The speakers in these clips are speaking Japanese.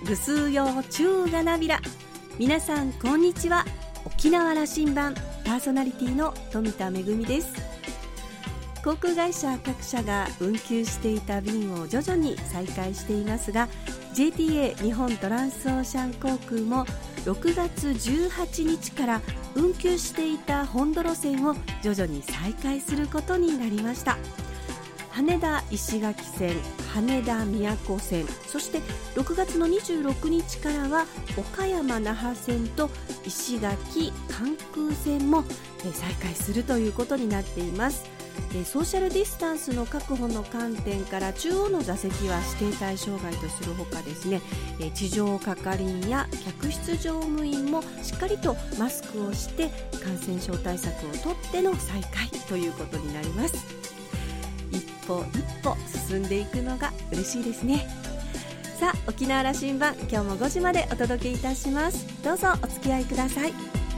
ぐすうようちゅうがなびら。皆さんこんにちは。沖縄羅針盤パーソナリティの富田恵です。航空会社各社が運休していた便を徐々に再開していますが、 JTA 日本トランスオーシャン航空も6月18日から運休していた本土路線を徐々に再開することになりました。羽田石垣線、羽田宮古線、そして6月の26日からは岡山那覇線と石垣関空線も再開するということになっています。ソーシャルディスタンスの確保の観点から中央の座席は指定対象外とするほかですね、地上係員や客室乗務員もしっかりとマスクをして感染症対策をとっての再開ということになります。一歩進んでいくのが嬉しいですね。さあ、沖縄羅針盤、今日も5時までお届けいたします。どうぞお付き合いください。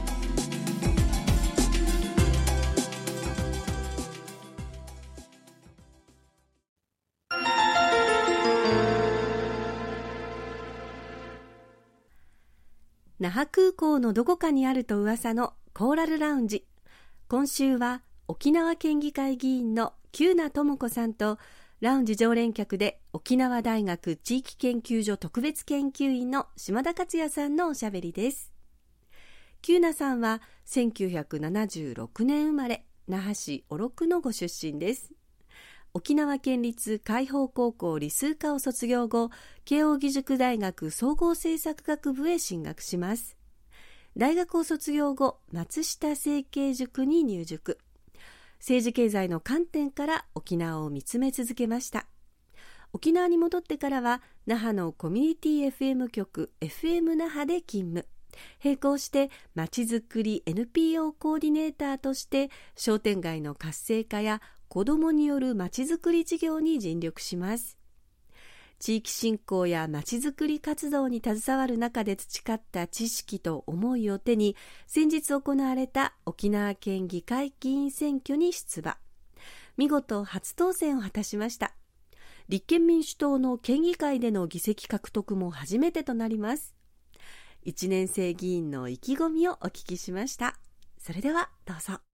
那覇空港のどこかにあると噂のコーラルラウンジ。今週は沖縄県議会議員の喜友名智子さんとラウンジ常連客で沖縄大学地域研究所特別研究員の島田克也さんのおしゃべりです。喜友名さんは1976年生まれ、那覇市小禄のご出身です。沖縄県立海邦高校理数科を卒業後、慶應義塾大学総合政策学部へ進学します。大学を卒業後、松下政経塾に入塾。政治経済の観点から沖縄を見つめ続けました。沖縄に戻ってからは那覇のコミュニティ FM 局 FM 那覇で勤務。並行してまちづくり NPO コーディネーターとして商店街の活性化や子どもによるまちづくり事業に尽力します。地域振興やまちづくり活動に携わる中で培った知識と思いを手に、先日行われた沖縄県議会議員選挙に出馬。見事初当選を果たしました。立憲民主党の県議会での議席獲得も初めてとなります。1年生議員の意気込みをお聞きしました。それではどうぞ。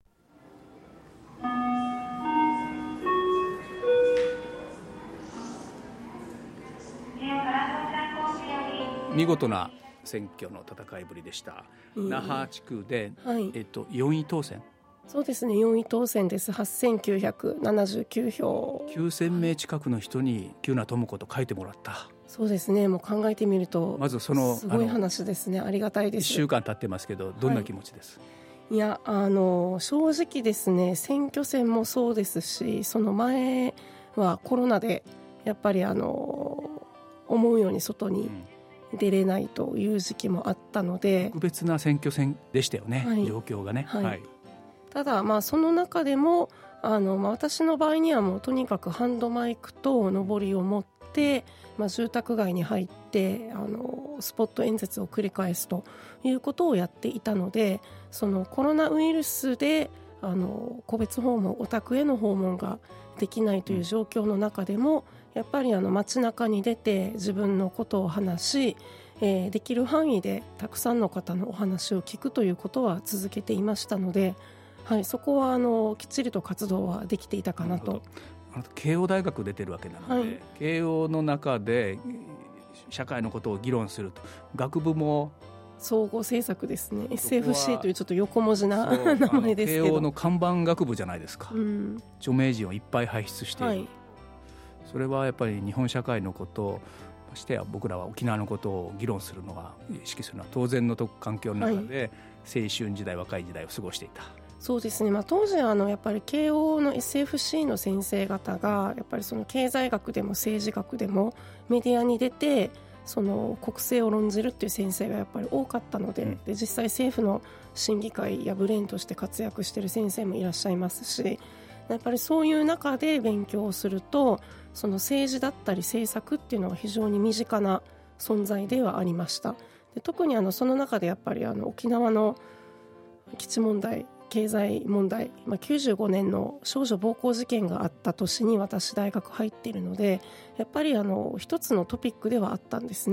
見事な選挙の戦いぶりでした。那覇地区で、4位当選。 そうですね、4位当選です。8979票。 9000名近くの人に喜友名智子と書いてもらった。 そうですね、もう考えてみるとまずそのすごい話ですね。ありがたいです。 1週間経ってますけど、どんな気持ちです？ いや、正直ですね、選挙戦もそうですし、その前はコロナでやっぱり思うように外に出れないという時期もあったので、 特別な選挙戦でしたよね、状況がね。 ただ、その中でも私の場合にはもうとにかくハンドマイクと上りを持って、住宅街に入ってスポット演説を繰り返すということをやっていたので、そのコロナウイルスで個別訪問、お宅への訪問ができないという状況の中でも、やっぱり街中に出て自分のことを話し、できる範囲でたくさんの方のお話を聞くということは続けていましたので、そこはきっちりと活動はできていたかなと。 慶応大学出てるわけなので、慶応の中で社会のことを議論すると。学部も総合政策ですね。 SFC というちょっと横文字な名前ですけど、 慶応の看板学部じゃないですか。著名人をいっぱい輩出している、それはやっぱり日本社会のことましてや僕らは沖縄のことを議論するのが、意識するのは当然の環境の中で、青春時代若い時代を過ごしていた。 そうですね、当時やっぱり慶応の SFC の先生方がやっぱりその経済学でも政治学でもメディアに出てその国政を論じるっていう先生がやっぱり多かったので、で実際政府の審議会やブレーンとして活躍している先生もいらっしゃいますし、やっぱりそういう中で勉強をすると、その政治だったり政策っていうのが非常に身近な存在ではありました。で特にその中でやっぱり沖縄の基地問題、経済問題、95年の少女暴行事件があった年に私大学入っているので、やっぱり一つのトピックではあったんですね。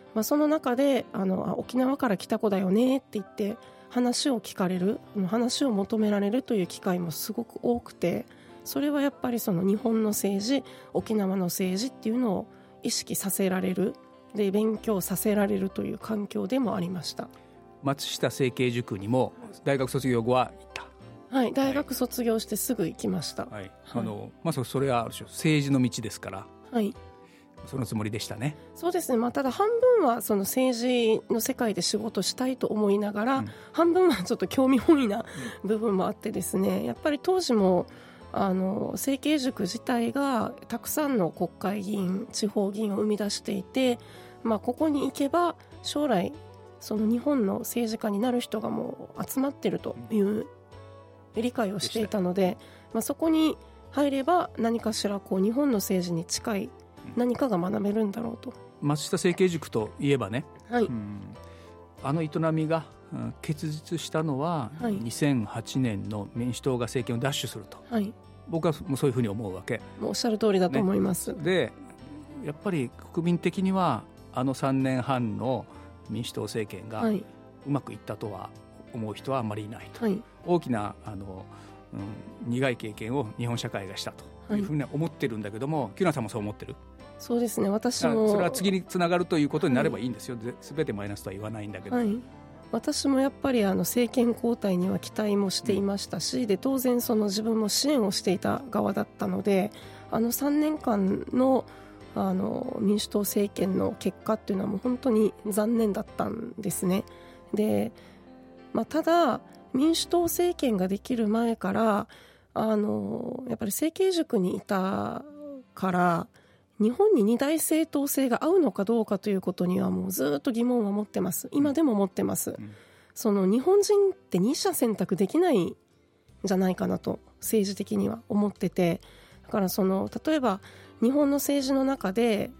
その中で沖縄から来た子だよねって言って話を聞かれる、話を求められるという機会もすごく多くて、それはやっぱりその日本の政治、沖縄の政治っていうのを意識させられる、で勉強させられるという環境でもありました。 松下成蹊塾にも大学卒業後は行った。 はい、大学卒業してすぐ行きました。 はい、それはある種政治の道ですから、 はい、 そのつもりでしたね。 そうですね、ただ半分はその政治の世界で仕事したいと思いながら、半分はちょっと興味本位な部分もあってですね、やっぱり当時も成蹊塾自体がたくさんの国会議員、地方議員を生み出していて、ここに行けば将来その日本の政治家になる人がもう集まっているという理解をしていたので、そこに入れば何かしらこう日本の政治に近い何かが学べるんだろうと。 松下成蹊塾といえばね、 はい、 営みが結実したのは、 はい、 2008年の民主党が政権を奪取すると、 はい、 僕はもうそういうふうに思うわけ。 もうおっしゃる通りだと思います、 でやっぱり国民的には3年半の民主党政権がうまくいったとは思う人はあんまりいないと、はい、大きな苦い経験を日本社会がしたというふうに思ってるんだけども、喜納さんもそう思ってる？ そうですね、私もそれは次につながるということになればいいんですよ、全てマイナスとは言わないんだけど、 はい、私もやっぱり政権交代には期待もしていましたし、で当然その自分も支援をしていた側だったので、3年間の民主党政権の結果っていうのはもう本当に残念だったんですね。で、ただ民主党政権ができる前からやっぱり成蹊塾にいたから日本に二大政党制が合うのかどうかということにはもうずっと疑問は持ってます。今でも持ってます、その日本人って二者選択できないんじゃないかなと政治的には思ってて、だから例えば日本の政治の中で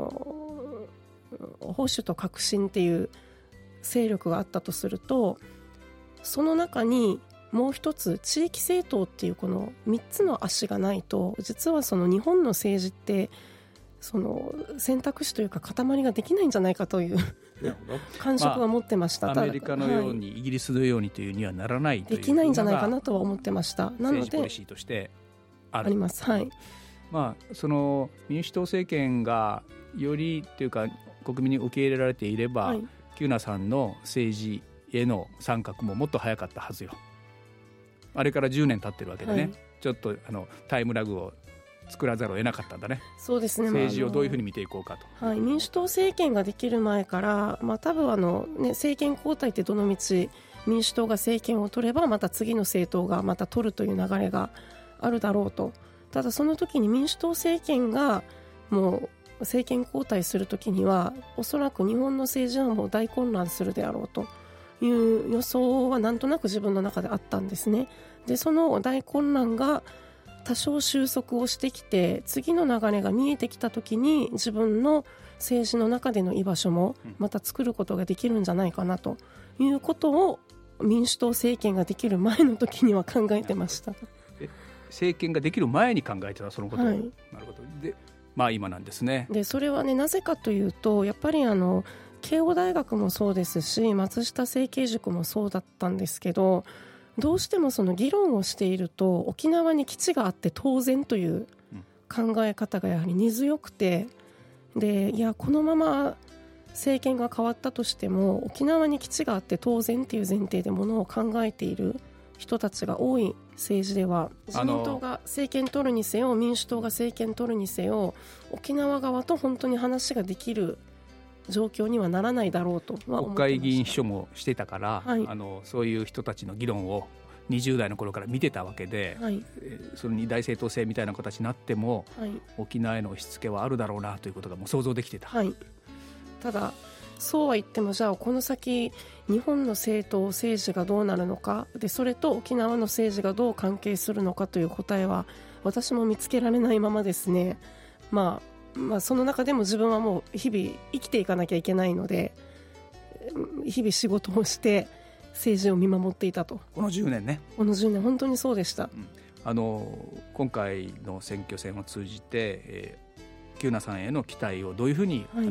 保守と革新っていう勢力があったとすると、その中にもう一つ地域政党っていうこの3つの足がないと、実はその日本の政治って選択肢というか塊ができないんじゃないかという感触は持ってました。 アメリカのように、イギリスのようにというにはならないというできないんじゃないかなとは思ってました。なので政治ポリシーとしてあります、はい。 その民主党政権がよりというか国民に受け入れられていれば、はい、喜納さんの政治への参画ももっと早かったはずよ。あれから10年経ってるわけでね、はい、ちょっとタイムラグを作らざるを得なかったんだね。 そうですね、 政治をどういうふうに見ていこうかと、 はい、民主党政権ができる前から、多分政権交代ってどのみち民主党が政権を取ればまた次の政党がまた取るという流れがあるだろうと。ただその時に民主党政権がもう政権交代する時にはおそらく日本の政治はもう大混乱するであろうという予想はなんとなく自分の中であったんですね。でその大混乱が多少収束をしてきて次の流れが見えてきた時に自分の政治の中での居場所もまた作ることができるんじゃないかなということを民主党政権ができる前の時には考えてました。 政権ができる前に考えてたそのことを、 はい、 なるほど。で今なんですね。 でそれはね、なぜかというとやっぱり慶応大学もそうですし松下成蹊塾もそうだったんですけど、どうしてもその議論をしていると沖縄に基地があって当然という考え方がやはり根強くて、でいやこのまま政権が変わったとしても沖縄に基地があって当然という前提でものを考えている人たちが多い政治では、自民党が政権取るにせよ民主党が政権取るにせよ沖縄側と本当に話ができる状況にはならないだろうとは思ってました。 国会議員秘書もしてたから、 はい、 そういう人たちの議論を20代の頃から見てたわけで、 はい、 その二大政党制みたいな形になっても、 はい、 沖縄への押し付けはあるだろうなということがもう想像できてた、 はい、ただそうは言ってもじゃあこの先日本の政党政治がどうなるのかで、それと沖縄の政治がどう関係するのかという答えは私も見つけられないままですね。その中でも自分はもう日々生きていかなきゃいけないので日々仕事をして政治を見守っていたと。 この10年ね、 この10年本当にそうでした、 今回の選挙戦を通じて、喜納さんへの期待をどういうふうに、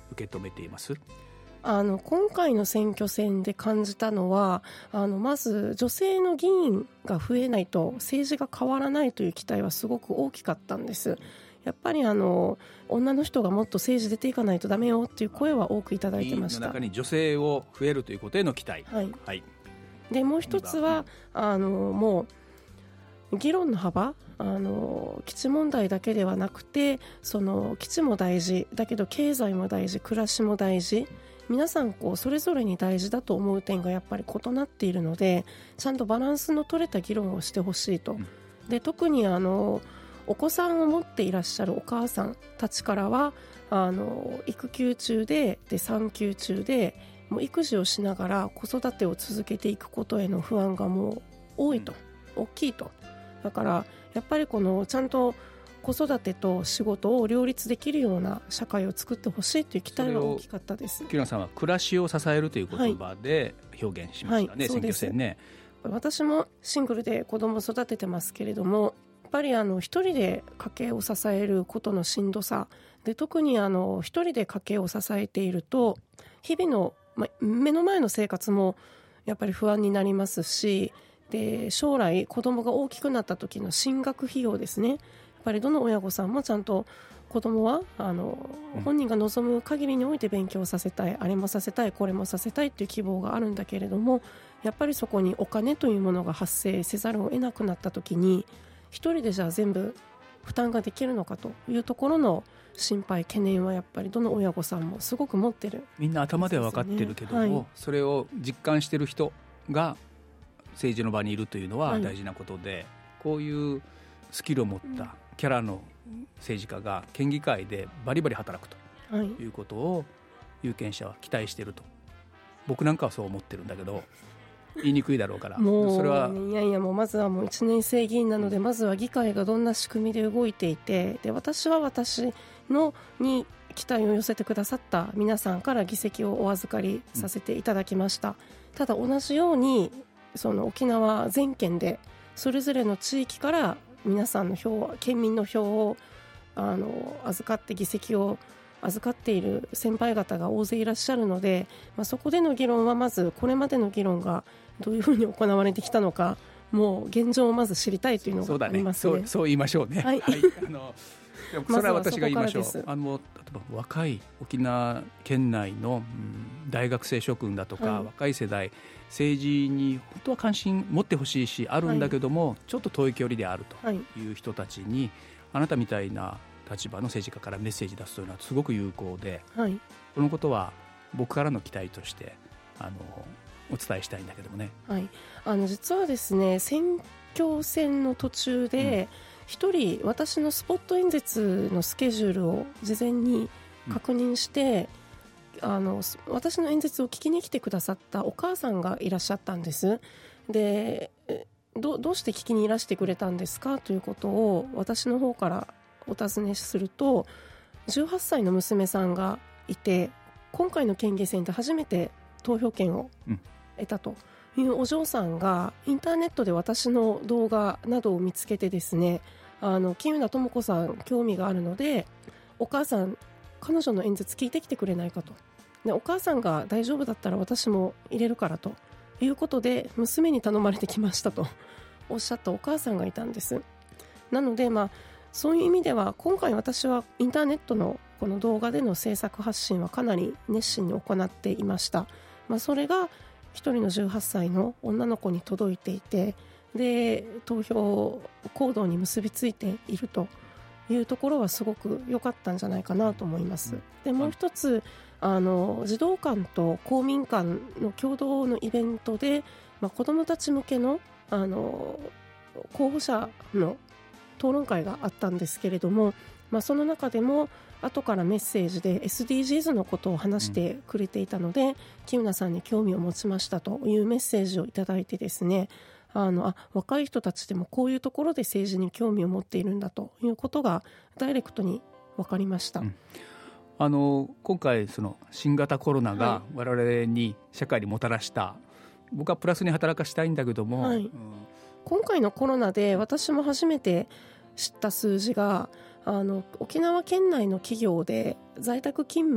受け止めています？ 今回の選挙戦で感じたのはまず女性の議員が増えないと政治が変わらないという期待はすごく大きかったんです。やっぱり女の人がもっと政治出ていかないとダメよっていう声は多くいただいてました。 議員の中に女性を増えるということへの期待、 はいはい、 でもう一つはもう議論の幅基地問題だけではなくて基地も大事だけど経済も大事、暮らしも大事、皆さんそれぞれに大事だと思う点がやっぱり異なっているのでちゃんとバランスの取れた議論をしてほしいと、で特にお子さんを持っていらっしゃるお母さんたちからは育休中で産休中でもう育児をしながら子育てを続けていくことへの不安がもう多いと、大きいと。だからやっぱりちゃんと子育てと仕事を両立できるような社会を作ってほしいという期待が大きかったです。 木村さんは暮らしを支えるという言葉で表現しましたね、選挙戦ね。 私もシングルで子供を育ててますけれども、やっぱり一人で家計を支えることのしんどさで、特に一人で家計を支えていると日々の、目の前の生活もやっぱり不安になりますし、で将来子供が大きくなった時の進学費用ですね、やっぱりどの親御さんもちゃんと子供は本人が望む限りにおいて勉強させたい、あれもさせたいこれもさせたいっていう希望があるんだけれども、やっぱりそこにお金というものが発生せざるを得なくなった時に一人でじゃあ全部負担ができるのかというところの心配懸念はやっぱりどの親御さんもすごく持ってる、 みんな頭では分かってるけども、それを実感してる人が政治の場にいるというのは大事なことで、こういうスキルを持ったキャラの政治家が県議会でバリバリ働くということを有権者は期待していると、僕なんかはそう思ってるんだけど言いにくいだろうから、 もうそれはいやいや、もうまずはもう1年生議員なので、まずは議会がどんな仕組みで動いていて、で私は私のに期待を寄せてくださった皆さんから議席をお預かりさせていただきました。ただ同じように沖縄全県でそれぞれの地域から皆さんの票、県民の票を預かって議席を預かっている先輩方が大勢いらっしゃるので、そこでの議論はまずこれまでの議論がどういうふうに行われてきたのか、もう現状をまず知りたいというのがありますね。 そう言いましょうね、はいそれは私が言いましょう。例えば若い沖縄県内の、大学生諸君だとか、若い世代、政治に本当は関心持ってほしいしあるんだけども、ちょっと遠い距離であるという人たちに、あなたみたいな立場の政治家からメッセージ出すというのはすごく有効で、このことは僕からの期待としてお伝えしたいんだけどもね、 実はですね、選挙戦の途中で、一人私のスポット演説のスケジュールを事前に確認して、私の演説を聞きに来てくださったお母さんがいらっしゃったんです。で、どうして聞きにいらしてくれたんですかということを私の方からお尋ねすると、18歳の娘さんがいて、今回の県議選で初めて投票権を得たというお嬢さんがインターネットで私の動画などを見つけてですね、木村智子さん興味があるので、お母さん彼女の演説聞いてきてくれないかと、でお母さんが大丈夫だったら私も入れるからということで娘に頼まれてきましたとおっしゃったお母さんがいたんです。なので、そういう意味では今回私はインターネットのこの動画での政策発信はかなり熱心に行っていました。それが一人の18歳の女の子に届いていて、で投票行動に結びついているというところはすごく良かったんじゃないかなと思います。でもう一つ、児童館と公民館の共同のイベントで、子どもたち向けの、候補者の討論会があったんですけれども、その中でも後からメッセージで SDGs のことを話してくれていたので、木村さんに興味を持ちましたというメッセージをいただいてですね、若い人たちでもこういうところで政治に興味を持っているんだということがダイレクトに分かりました。 今回その新型コロナが我々に社会にもたらした、僕はプラスに働かしたいんだけども、 今回のコロナで私も初めて知った数字が、沖縄県内の企業で在宅勤務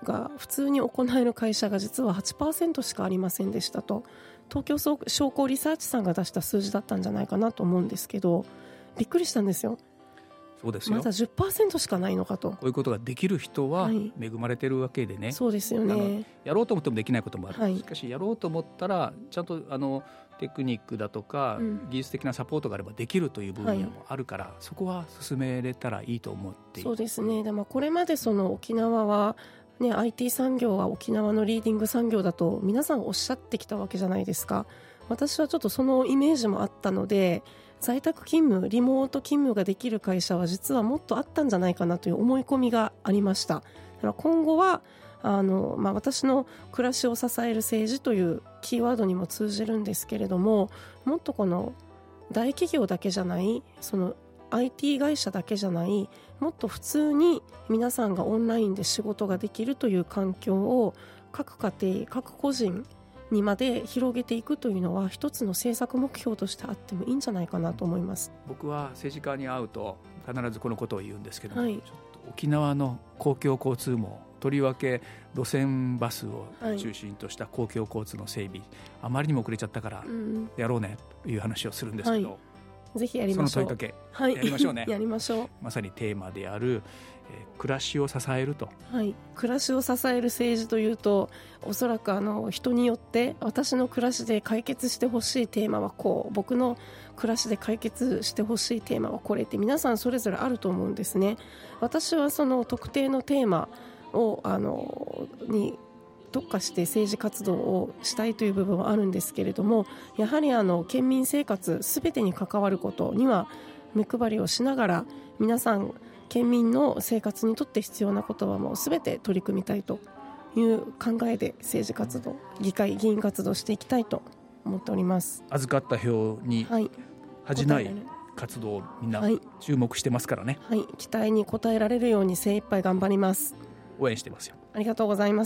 が普通に行える会社が実は 8% しかありませんでしたと、東京商工リサーチさんが出した数字だったんじゃないかなと思うんですけど、びっくりしたんですよ。 そうですよ。 まだ 10% しかないのかと。 こういうことができる人は恵まれてるわけでね、 そうですよね。 やろうと思ってもできないこともある、しかしやろうと思ったらちゃんとテクニックだとか、技術的なサポートがあればできるという部分もあるから、そこは進めれたらいいと思っている。 そうですね。でもこれまでその沖縄はね、IT 産業は沖縄のリーディング産業だと皆さんおっしゃってきたわけじゃないですか。私はちょっとそのイメージもあったので、在宅勤務、リモート勤務ができる会社は実はもっとあったんじゃないかなという思い込みがありました。だから今後は私の暮らしを支える政治というキーワードにも通じるんですけれども、もっとこの大企業だけじゃない、その IT 会社だけじゃない、もっと普通に皆さんがオンラインで仕事ができるという環境を各家庭、各個人にまで広げていくというのは一つの政策目標としてあってもいいんじゃないかなと思います。 僕は政治家に会うと必ずこのことを言うんですけども、 はい、 ちょっと沖縄の公共交通網、とりわけ路線バスを中心とした公共交通の整備、あまりにも遅れちゃったからやろうねという話をするんですけど、 ぜひやりましょう。 その問いかけ、やりましょうね。 やりましょう。 まさにテーマである、暮らしを支えると、 暮らしを支える政治というと、おそらく人によって私の暮らしで解決してほしいテーマはこう、僕の暮らしで解決してほしいテーマはこれって皆さんそれぞれあると思うんですね。私はその特定のテーマをに特化して政治活動をしたいという部分はあるんですけれども、やはり県民生活すべてに関わることには目配りをしながら、皆さん県民の生活にとって必要なことはもうすべて取り組みたいという考えで政治活動、議員活動していきたいと思っております。 預かった票に恥じない活動をみんな注目してますからね。 期待に応えられるように精一杯頑張ります。 応援してますよ。 ありがとうございます。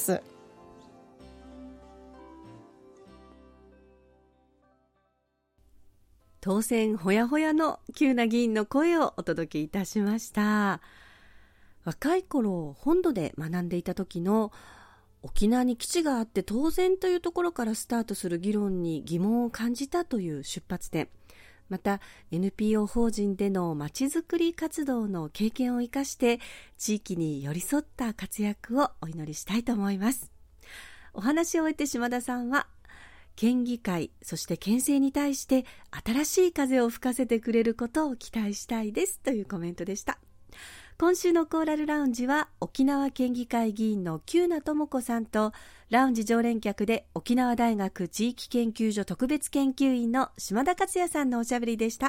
当選ほやほやの急な議員の声をお届けいたしました。若い頃本土で学んでいた時の沖縄に基地があって当然というところからスタートする議論に疑問を感じたという出発点、また NPO 法人でのまちづくり活動の経験を生かして地域に寄り添った活躍をお祈りしたいと思います。お話を終えて島田さんは、県議会そして県政に対して新しい風を吹かせてくれることを期待したいですというコメントでした。今週のコーラルラウンジは沖縄県議会議員の喜友名智子さんと、ラウンジ常連客で沖縄大学地域研究所特別研究員の島田克也さんのおしゃべりでした。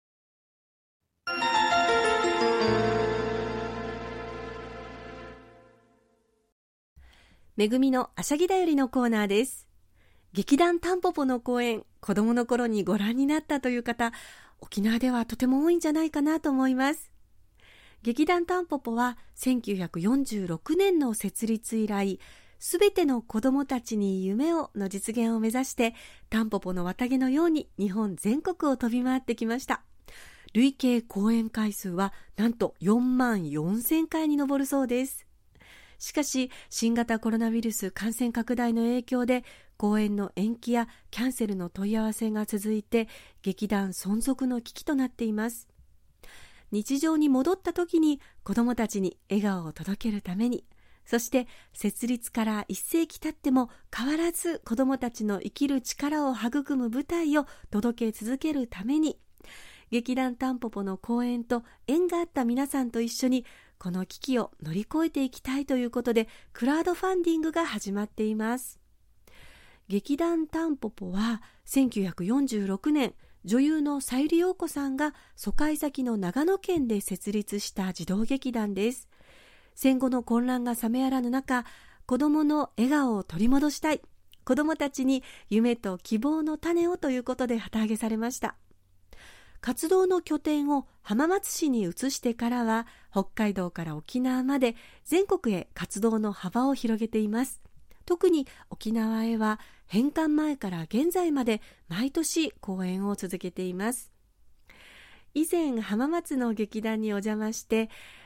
めぐみのあしゃぎだよりのコーナーです。劇団タンポポの公演、子供の頃にご覧になったという方、沖縄ではとても多いんじゃないかなと思います。劇団タンポポは1946年の設立以来、すべての子供たちに夢をの実現を目指して、タンポポの綿毛のように日本全国を飛び回ってきました。累計公演回数はなんと4万4000回に上るそうです。しかし新型コロナウイルス感染拡大の影響で公演の延期やキャンセルの問い合わせが続いて、劇団存続の危機となっています。日常に戻った時に子どもたちに笑顔を届けるために、そして設立から1世紀経っても変わらず子どもたちの生きる力を育む舞台を届け続けるために、劇団タンポポの公演と縁があった皆さんと一緒にこの危機を乗り越えていきたいということで、クラウドファンディングが始まっています。劇団タンポポは1946年、女優の小百合陽子さんが疎開先の長野県で設立した児童劇団です。戦後の混乱が冷めやらぬ中、子どもの笑顔を取り戻したい、子どもたちに夢と希望の種をということで旗揚げされました。活動の拠点を浜松市に移してからは、北海道から沖縄まで全国へ活動の幅を広げています。特に沖縄へは返還前から現在まで毎年公演を続けています。以前浜松の劇団にお邪魔して、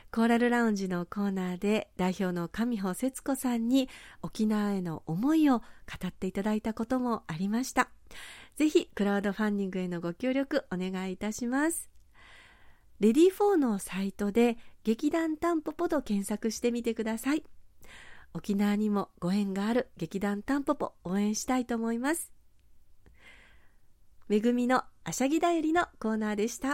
コーラルラウンジのコーナーで代表の上保節子さんに沖縄への思いを語っていただいたこともありました。ぜひクラウドファンディングへのご協力お願いいたします。レディ4のサイトで劇団タンポポと検索してみてください。沖縄にもご縁がある劇団タンポポ応援したいと思います。めぐみのあしゃぎだよりのコーナーでした。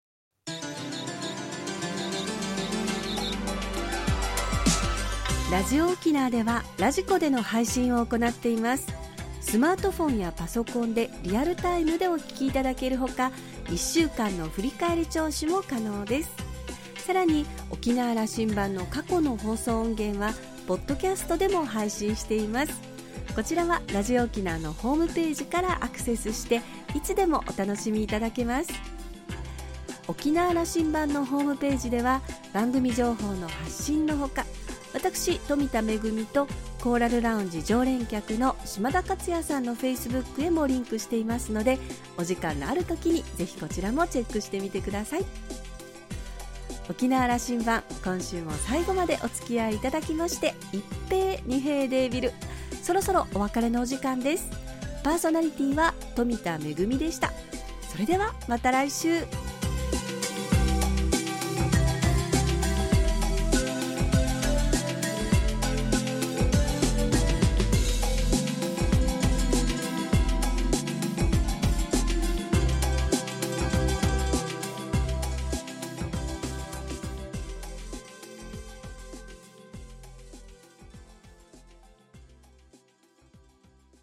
ラジオ沖縄ではラジコでの配信を行っています。スマートフォンやパソコンでリアルタイムでお聞きいただけるほか、1週間の振り返り聴取も可能です。さらに沖縄羅針盤の過去の放送音源はポッドキャストでも配信しています。こちらはラジオ沖縄のホームページからアクセスしていつでもお楽しみいただけます。沖縄羅針盤のホームページでは番組情報の発信のほか、私富田恵とコーラルラウンジ常連客の島田克也さんのフェイスブックへもリンクしていますので、お時間のある時にぜひこちらもチェックしてみてください。沖縄羅針盤、今週も最後までお付き合いいただきまして一平二平デービル、そろそろお別れのお時間です。パーソナリティは富田恵でした。それではまた来週。